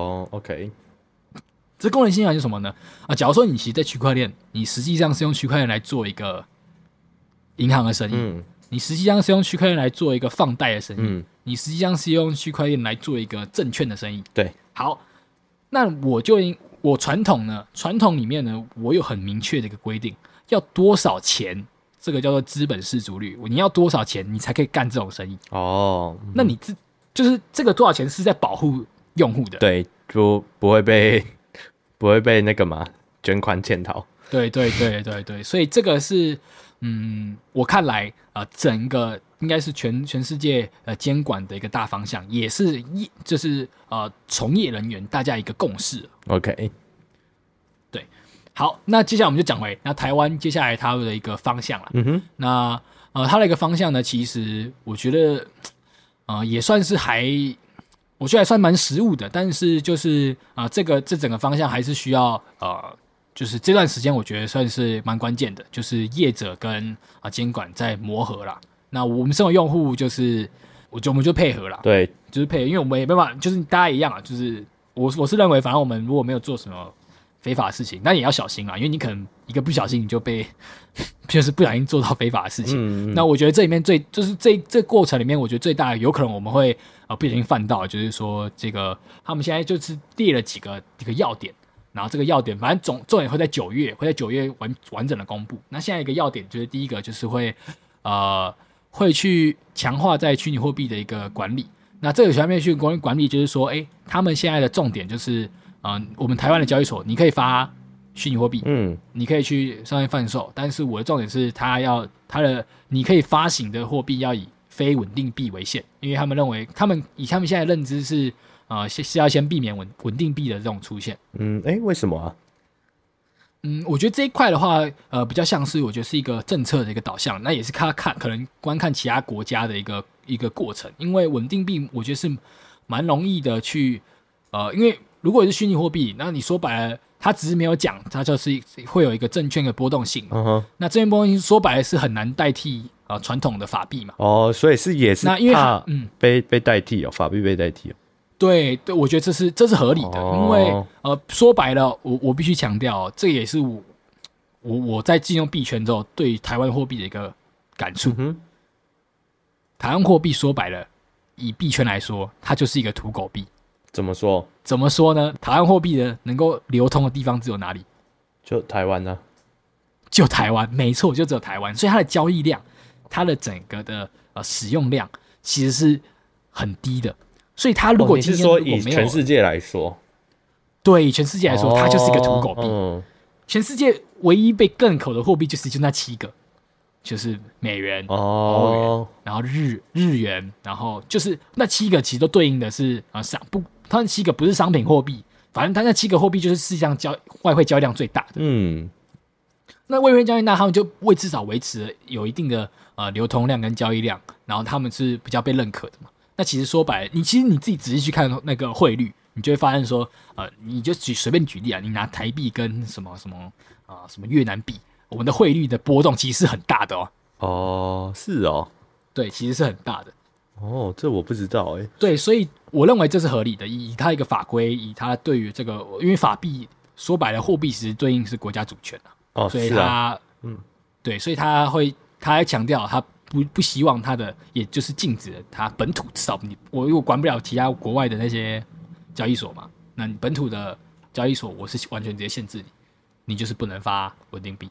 Speaker 2: OK。
Speaker 1: 这功能性监管是什么呢？假如说你其实在区块链，你实际上是用区块链来做一个银行的生意，你实际上是用区块链来做一个放贷的生意，你实际上是用区块链来做一个证券的生意。
Speaker 2: 对，
Speaker 1: 好，那我传统呢？传统里面呢，我有很明确的一个规定，要多少钱，这个叫做资本适足率。你要多少钱，你才可以干这种生意？那你就是这个多少钱是在保护用户的，
Speaker 2: 对，就不会被那个嘛卷款潜逃。
Speaker 1: 对，所以这个是我看来整个应该是全世界监管的一个大方向，也是就是从业人员大家一个共识。
Speaker 2: OK，
Speaker 1: 对，好，那接下来我们就讲回那台湾接下来它的一个方向了。那它的一个方向呢，其实我觉得也算是我觉得还算蛮实务的，但是就是这整个方向还是需要就是这段时间我觉得算是蛮关键的，就是业者跟监管在磨合啦。那我们身为用户，就是我们就配合啦，
Speaker 2: 对，
Speaker 1: 就是配合，因为我们也没办法，就是大家一样啊，就是我是认为，反正我们如果没有做什么非法的事情，那也要小心啦，因为你可能一个不小心你就被就是不小心做到非法的事情。那我觉得这里面就是这过程里面，我觉得最大的有可能我们会不小心犯到，就是说这个他们现在就是列了几个要点。然后这个要点，反正重点会在9月完整的公布。那现在一个要点就是第一个就是会去强化在虚拟货币的一个管理。那这个下面去管理就是说，他们现在的重点就是我们台湾的交易所，你可以发虚拟货币，你可以去上面贩售，但是我的重点是你可以发行的货币要以非稳定币为限，因为他们认为以他们现在的认知是。是要先避免稳定币的这种出现。
Speaker 2: 为什么啊？
Speaker 1: 我觉得这一块的话，比较像是我觉得是一个政策的一个导向，那也是可能观看其他国家的一个过程。因为稳定币，我觉得是蛮容易的去因为如果是虚拟货币，那你说白了，它只是没有讲，它就是会有一个证券的波动性。那证券波动性说白了是很难代替传统的法币嘛。
Speaker 2: 所以也是
Speaker 1: 那因为
Speaker 2: 怕被代替法币被代替。
Speaker 1: 对，我觉得这是合理的，因为说白了，我必须强调，这也是我在进入币圈之后对台湾货币的一个感触。台湾货币说白了，以币圈来说，它就是一个土狗币。
Speaker 2: 怎么说？
Speaker 1: 怎么说呢？台湾货币的能够流通的地方只有哪里？
Speaker 2: 就台湾啊，
Speaker 1: 就台湾，没错，就只有台湾。所以它的交易量，它的整个的使用量其实是很低的。所以他如果今天
Speaker 2: 你是说以全世界来说，
Speaker 1: 对，以全世界来说，它就是一个土狗币。全世界唯一被认可的货币就那7个，就是美元、欧元，然后日元，然后就是那7个其实都对应的是它那7个不是商品货币，反正它那7个货币就是世界上外汇交易量最大的。那外汇交易量他们就至少维持了有一定的流通量跟交易量，然后他们是比较被认可的嘛。那其实说白了，其实你自己仔细去看那个汇率，你就会发现说，你就随便举例啊，你拿台币跟什么越南币，我们的汇率的波动其实是很大的哦。
Speaker 2: 是哦，
Speaker 1: 对，其实是很大的。
Speaker 2: 这我不知道
Speaker 1: 对，所以我认为这是合理的，以它一个法规，以它对于这个，因为法币说白了，货币其实对应是国家主权所以它对，所以他还强调他。不希望他的，也就是禁止了他本土，至少我管不了其他国外的那些交易所嘛。那你本土的交易所，我是完全直接限制你就是不能发稳定币。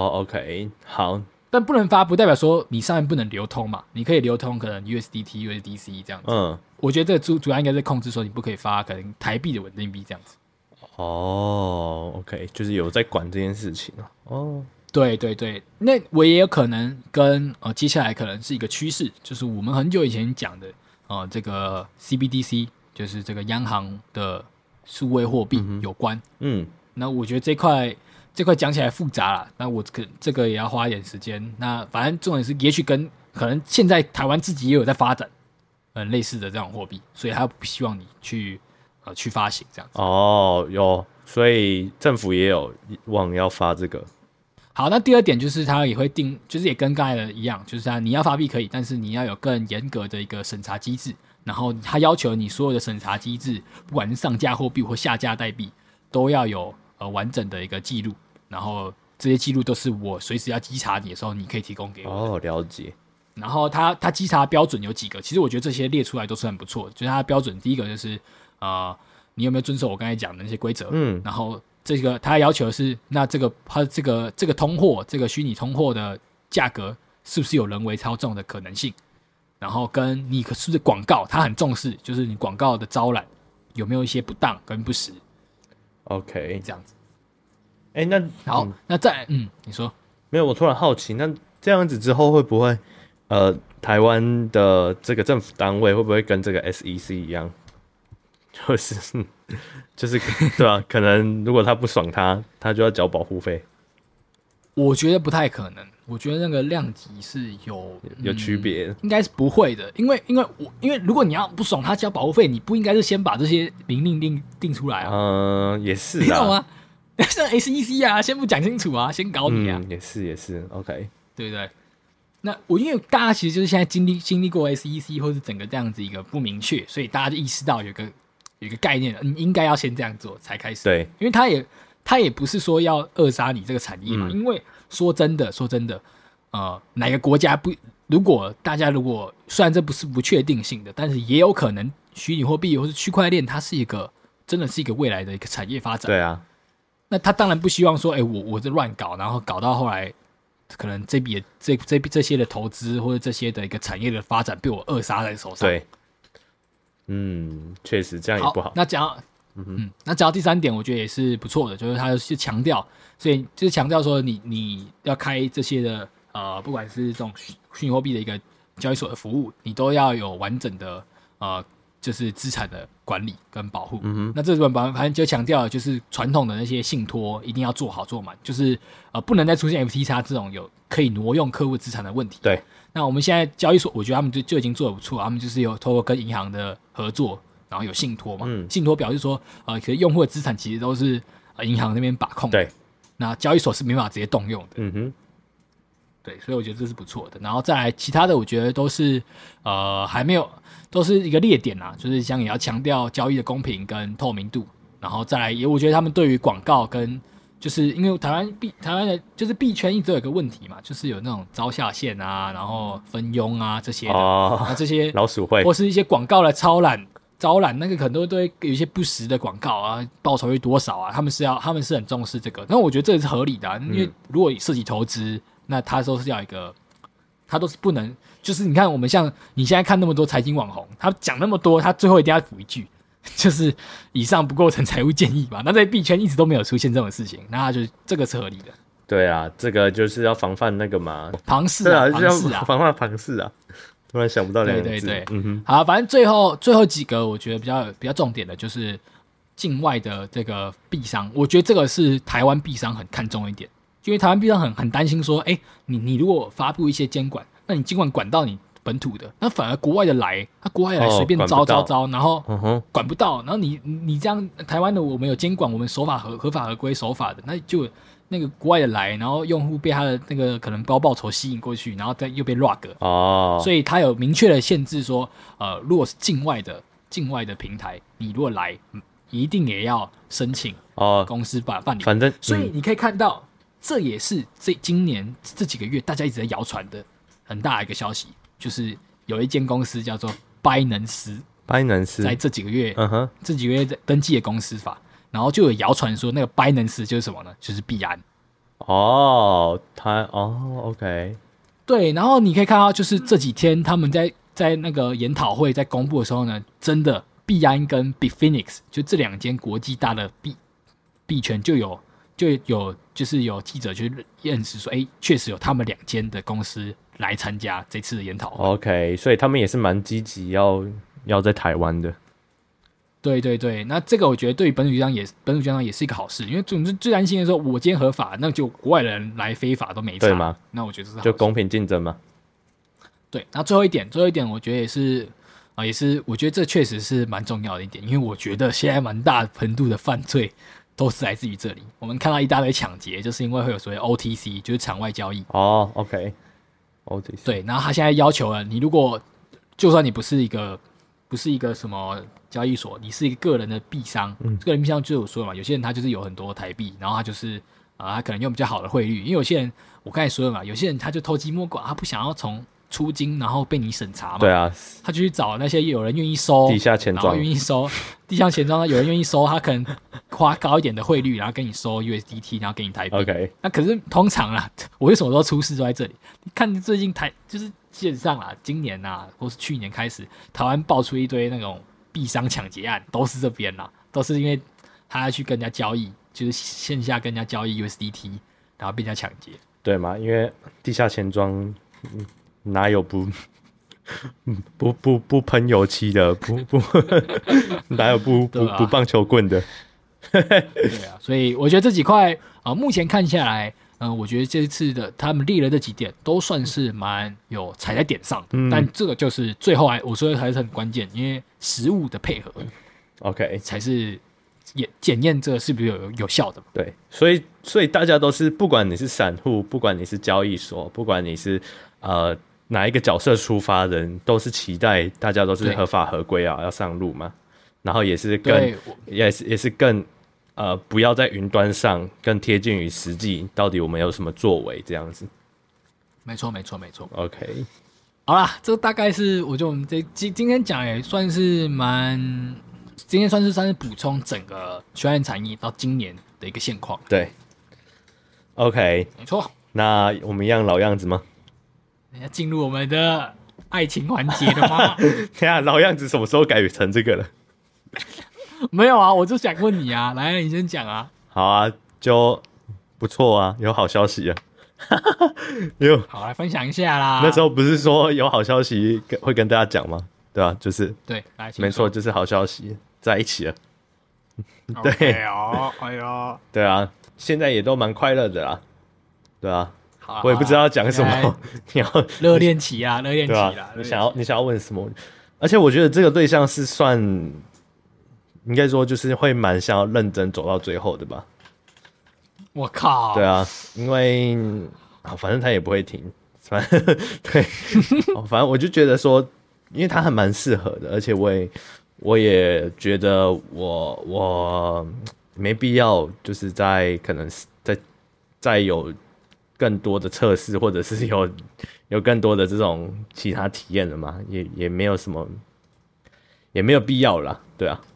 Speaker 2: OK， 好。
Speaker 1: 但不能发不代表说你上面不能流通嘛，你可以流通可能 USDT、USDC 这样子。我觉得这主要应该是控制说你不可以发可能台币的稳定币这样子。
Speaker 2: OK， 就是有在管这件事情
Speaker 1: 对，那我也有可能跟接下来可能是一个趋势，就是我们很久以前讲的这个 CBDC， 就是这个央行的数位货币有关。那我觉得这块讲起来复杂啦，那我这个也要花一点时间。那反正重点是，也许可能现在台湾自己也有在发展类似的这种货币，所以他不希望你去去发行这样子。
Speaker 2: 有，所以政府也有望要发这个。
Speaker 1: 好，那第二点就是它也会定，就是也跟刚才的一样，就是你要发币可以，但是你要有更严格的一个审查机制，然后它要求你所有的审查机制，不管是上架货币或下架代币，都要有完整的一个记录，然后这些记录都是我随时要稽查你的时候，你可以提供给我。
Speaker 2: 了解。
Speaker 1: 然后它稽查标准有几个，其实我觉得这些列出来都是很不错的。就是它的标准，第一个就是你有没有遵守我刚才讲的那些规则？然后这个它要求的是，那它这个通货，这个虚拟通货的价格是不是有人为操纵的可能性？然后跟你是不是广告，它很重视，就是你广告的招揽有没有一些不当跟不实
Speaker 2: ？OK，
Speaker 1: 这样子。
Speaker 2: 那
Speaker 1: 好，那再你说
Speaker 2: 没有？我突然好奇，那这样子之后会不会台湾的这个政府单位会不会跟这个 SEC 一样？就是对吧？可能如果他不爽他就要缴保护费。
Speaker 1: 我觉得不太可能，我觉得那个量级是有
Speaker 2: 区别，
Speaker 1: 应该是不会的，因为如果你要不爽他交保护费，你不应该是先把这些明令定出来啊？
Speaker 2: 也是
Speaker 1: 你懂吗？像 SEC 啊，先不讲清楚啊，先搞你啊，
Speaker 2: 也是 OK，
Speaker 1: 对不对？那因为大家其实就是现在经历过 SEC 或是整个这样子一个不明确，所以大家就意识到有一个概念，你应该要先这样做才开始。
Speaker 2: 对，
Speaker 1: 因为他也不是说要扼杀你这个产业嘛。因为说真的，哪个国家大家如果虽然这不是不确定性的，但是也有可能虚拟货币或是区块链，它是真的是一个未来的一个产业发展。
Speaker 2: 对啊，
Speaker 1: 那他当然不希望说，我这乱搞，然后搞到后来。可能这些的投资或者这些的一个产业的发展被我扼杀在手上。
Speaker 2: 对，确实这样也不好。
Speaker 1: 那讲到第三点，我觉得也是不错的，就是他是强调，所以就是强调说你要开这些的不管是这种虚拟货币的一个交易所的服务，你都要有完整的就是资产的管理跟保护。那这本反正就强调了，就是传统的那些信托一定要做好做满，就是不能再出现 FTX 这种有可以挪用客户资产的问题。
Speaker 2: 对，
Speaker 1: 那我们现在交易所，我觉得他们就已经做得不错，他们就是有透过跟银行的合作，然后有信托嘛。信托表示说，可是用户的资产其实都是银行那边把控的。
Speaker 2: 对，
Speaker 1: 那交易所是没办法直接动用的。对，所以我觉得这是不错的。然后再来其他的，我觉得都是还没有，都是一个劣点啊，就是像也要强调交易的公平跟透明度。然后再来我觉得他们对于广告跟就是因为台湾的就是币圈一直有一个问题嘛，就是有那种招下线啊，然后分佣啊这些的，那这些
Speaker 2: 老鼠会
Speaker 1: 或是一些广告的招揽那个可能都会有一些不实的广告啊，报酬率多少啊，他们是很重视这个。那我觉得这是合理的因为如果涉及投资。那他都是要一个，他都是不能，就是你看我们像你现在看那么多财经网红，他讲那么多，他最后一定要补一句，就是以上不构成财务建议吧。那在币圈一直都没有出现这种事情，那他就这个是合理的。
Speaker 2: 对啊，这个就是要防范那个嘛，
Speaker 1: 庞氏啊，
Speaker 2: 防范庞氏啊。突然想不到两个字。
Speaker 1: 对，好，反正最后几个我觉得比较重点的就是境外的这个币商，我觉得这个是台湾币商很看重一点。因为台湾币商很担心说，你如果发布一些监管，那你监管管到你本土的，那反而国外的来，他国外来随便招，然后管不到，然后你这样台湾的我们有监管，我们合法合规守法的，那就那个国外的来，然后用户被他的那个可能报酬吸引过去，然后再又被 rug 所以他有明确的限制说，如果是境外的平台，你如果来，一定也要申请公司办理，
Speaker 2: 反正
Speaker 1: 所以你可以看到。这也是今年这几个月大家一直在谣传的很大的一个消息，就是有一间公司叫做Binance，在这几个月登记的公司法，然后就有谣传说那个 Binance 就是什么呢？就是币安。
Speaker 2: OK，
Speaker 1: 对，然后你可以看到，就是这几天他们在那个研讨会在公布的时候呢，真的币安跟 Bitfinex 就这两间国际大的币圈就是有记者去验识说，确实有他们两间的公司来参加这次的研讨会。
Speaker 2: OK， 所以他们也是蛮积极要在台湾的。
Speaker 1: 对，那这个我觉得对于本土券商也是一个好事，因为总之最担心的时候，我今天合法，那就国外的人来非法都没差，
Speaker 2: 对吗？
Speaker 1: 那我觉得是好事
Speaker 2: 就公平竞争嘛。
Speaker 1: 对，那最后一点，我觉得也是也是我觉得这确实是蛮重要的一点，因为我觉得现在蛮大程度的犯罪都是来自于这里。我们看到一大堆抢劫，就是因为会有所谓 OTC， 就是场外交易。
Speaker 2: 哦 ，OK，OTC。
Speaker 1: 对，然后他现在要求了，你如果就算你不是一个什么交易所，你是一个个人的币商，个人币商就有说了嘛，有些人他就是有很多台币，然后他就是他可能用比较好的汇率，因为有些人我刚才说了嘛，有些人他就偷鸡摸狗，他不想要从出金然后被你审查嘛，
Speaker 2: 对啊，
Speaker 1: 他就去找那些有人愿意收
Speaker 2: 地下钱庄，
Speaker 1: 然后愿意收地下钱庄，有人愿意收，他可能花高一点的汇率，然后跟你收 USDT， 然后给你台币。
Speaker 2: OK，
Speaker 1: 那可是通常啦，我为什么说出事都在这里？你看最近就是基本上啦，今年啊或是去年开始，台湾爆出一堆那种币商抢劫案，都是这边啦，都是因为他要去跟人家交易，就是线下跟人家交易 USDT， 然后被人家抢劫。
Speaker 2: 对嘛？因为地下钱庄哪有不喷油漆的，哪有不棒球棍的？
Speaker 1: 对啊，所以我觉得这几块目前看下来，我觉得这次的他们列了这几点都算是蛮有踩在点上的，但这个就是最后我说还是很关键，因为实物的配合
Speaker 2: ，OK，
Speaker 1: 才是检验这是不是有效的。
Speaker 2: 对，所以大家都是，不管你是散户，不管你是交易所，不管你是哪一个角色出发的人，都是期待大家都是合法合规啊，要上路嘛。然后也是更不要在云端上更贴近于实际，到底我们有什么作为这样子。
Speaker 1: 没错。
Speaker 2: OK，
Speaker 1: 好啦，这大概是我觉得我们今天讲也算是今天算是补充整个区块链产业到今年的一个现况。
Speaker 2: 对 ，OK，
Speaker 1: 没错。
Speaker 2: 那我们一样老样子吗？
Speaker 1: 要进入我们的爱情环节了吗？
Speaker 2: 等一下老样子什么时候改成这个了？
Speaker 1: 没有啊，我就想问你啊，来，你先讲啊。
Speaker 2: 好啊，就不错啊，有好消息啊。
Speaker 1: 好，来分享一下啦。
Speaker 2: 那时候不是说有好消息会跟大家讲吗？对吧？就是
Speaker 1: 对，来，
Speaker 2: 没错，就是好消息在一起了。
Speaker 1: 对哦，哎呦，
Speaker 2: 对啊，现在也都蛮快乐的啦。对啊，我也不知道讲什么，你要
Speaker 1: 热恋期啊，热恋期啦。
Speaker 2: 你想要问什么？而且我觉得这个对象是算，应该说就是会蛮想要认真走到最后的吧。
Speaker 1: 我靠！
Speaker 2: 对啊，因为反正他也不会停，反正对，反正我就觉得说，因为他还蛮适合的，而且我也觉得我没必要就是可能再有更多的测试，或者是有更多的这种其他体验了嘛，也没有什么，也没有必要啦，对啊。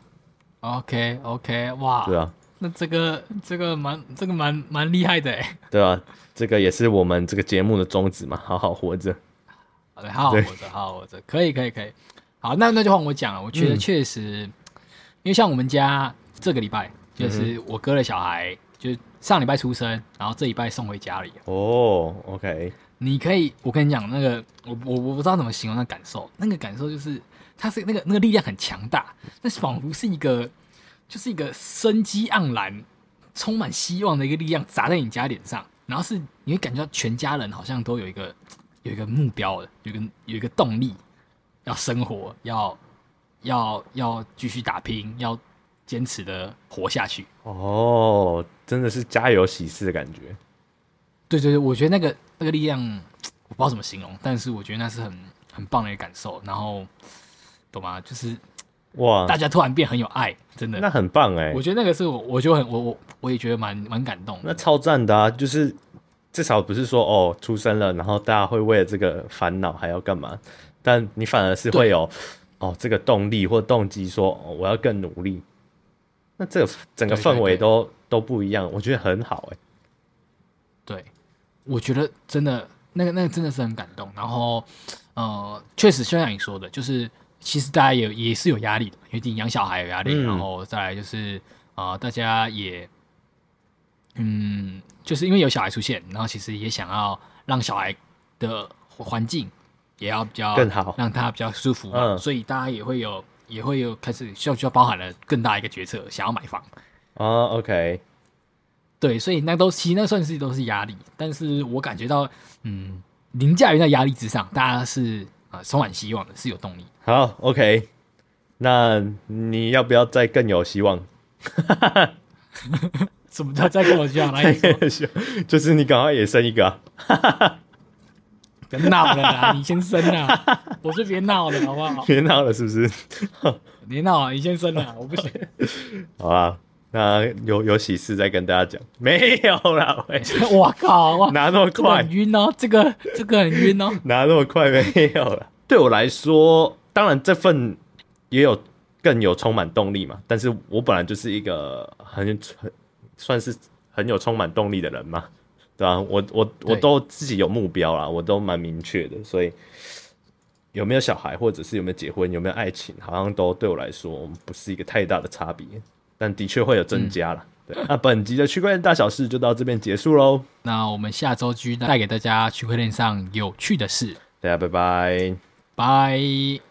Speaker 1: OK， 哇，对啊，那这个蛮厉害的哎。
Speaker 2: 对啊，这个也是我们这个节目的宗旨嘛，好好活着。
Speaker 1: 对，好好活着，可以。好，那就换我讲了。我觉得确实，因为像我们家这个礼拜，就是我哥的小孩，就是上礼拜出生，然后这礼拜送回家里。
Speaker 2: 哦 ，OK。
Speaker 1: 我跟你讲，那个我不知道怎么形容那感受，那个感受就是。它是那个力量很强大，但是仿佛是一个生机盎然、充满希望的一个力量砸在你家脸上，然后你会感觉到全家人好像都有一个目标的，有一个动力，要生活，要继续打拼，要坚持的活下去。
Speaker 2: 哦，真的是家有喜事的感觉。
Speaker 1: 对，我觉得那个力量我不知道怎么形容，但是我觉得那是很棒的一个感受，然后。懂吗？就是哇，大家突然变很有爱，真的，
Speaker 2: 那很棒哎！
Speaker 1: 我觉得那个是我就我也觉得蛮感动的。
Speaker 2: 那超赞的啊！就是至少不是说出生了，然后大家会为了这个烦恼还要干嘛？但你反而是会有这个动力或动机说，我要更努力。那这个整个氛围都不一样，我觉得很好哎。
Speaker 1: 对，我觉得真的那个真的是很感动。然后确实就像你说的，就是。其实大家也是有压力的，因为养小孩有压力，然后再来就是大家也就是因为有小孩出现，然后其实也想要让小孩的环境也要比较
Speaker 2: 更好，
Speaker 1: 让他比较舒服嘛，所以大家也会有开始需要包含了更大一个决策，想要买房。
Speaker 2: OK，
Speaker 1: 对，所以其实那算是都是压力，但是我感觉到凌驾于那压力之上，大家是充满希望的，是有动力。
Speaker 2: 好 ，OK， 那你要不要再更有希望？
Speaker 1: 什么叫再更有希望？
Speaker 2: 就是你赶快也生一个啊！
Speaker 1: 别闹了啦，你先生啦，我是别闹了，好不好？
Speaker 2: 别闹了，是不是？
Speaker 1: 别闹啊，你先生啦，我不行。
Speaker 2: 好啊，那有喜事再跟大家讲。没有啦，
Speaker 1: 我靠，
Speaker 2: 拿那么快，
Speaker 1: 很晕哦，这个很晕哦，
Speaker 2: 拿那么快没有了。对我来说，当然这份也有更有充满动力嘛。但是我本来就是一个算是很有充满动力的人嘛。对啊，我都自己有目标啦，我都蛮明确的，所以有没有小孩，或者是有没有结婚，有没有爱情，好像都对我来说不是一个太大的差别，但的确会有增加啦。对，那本集的区块链大小事就到这边结束喽。
Speaker 1: 那我们下周继续带给大家区块链上有趣的事。
Speaker 2: 大家拜拜，
Speaker 1: 拜。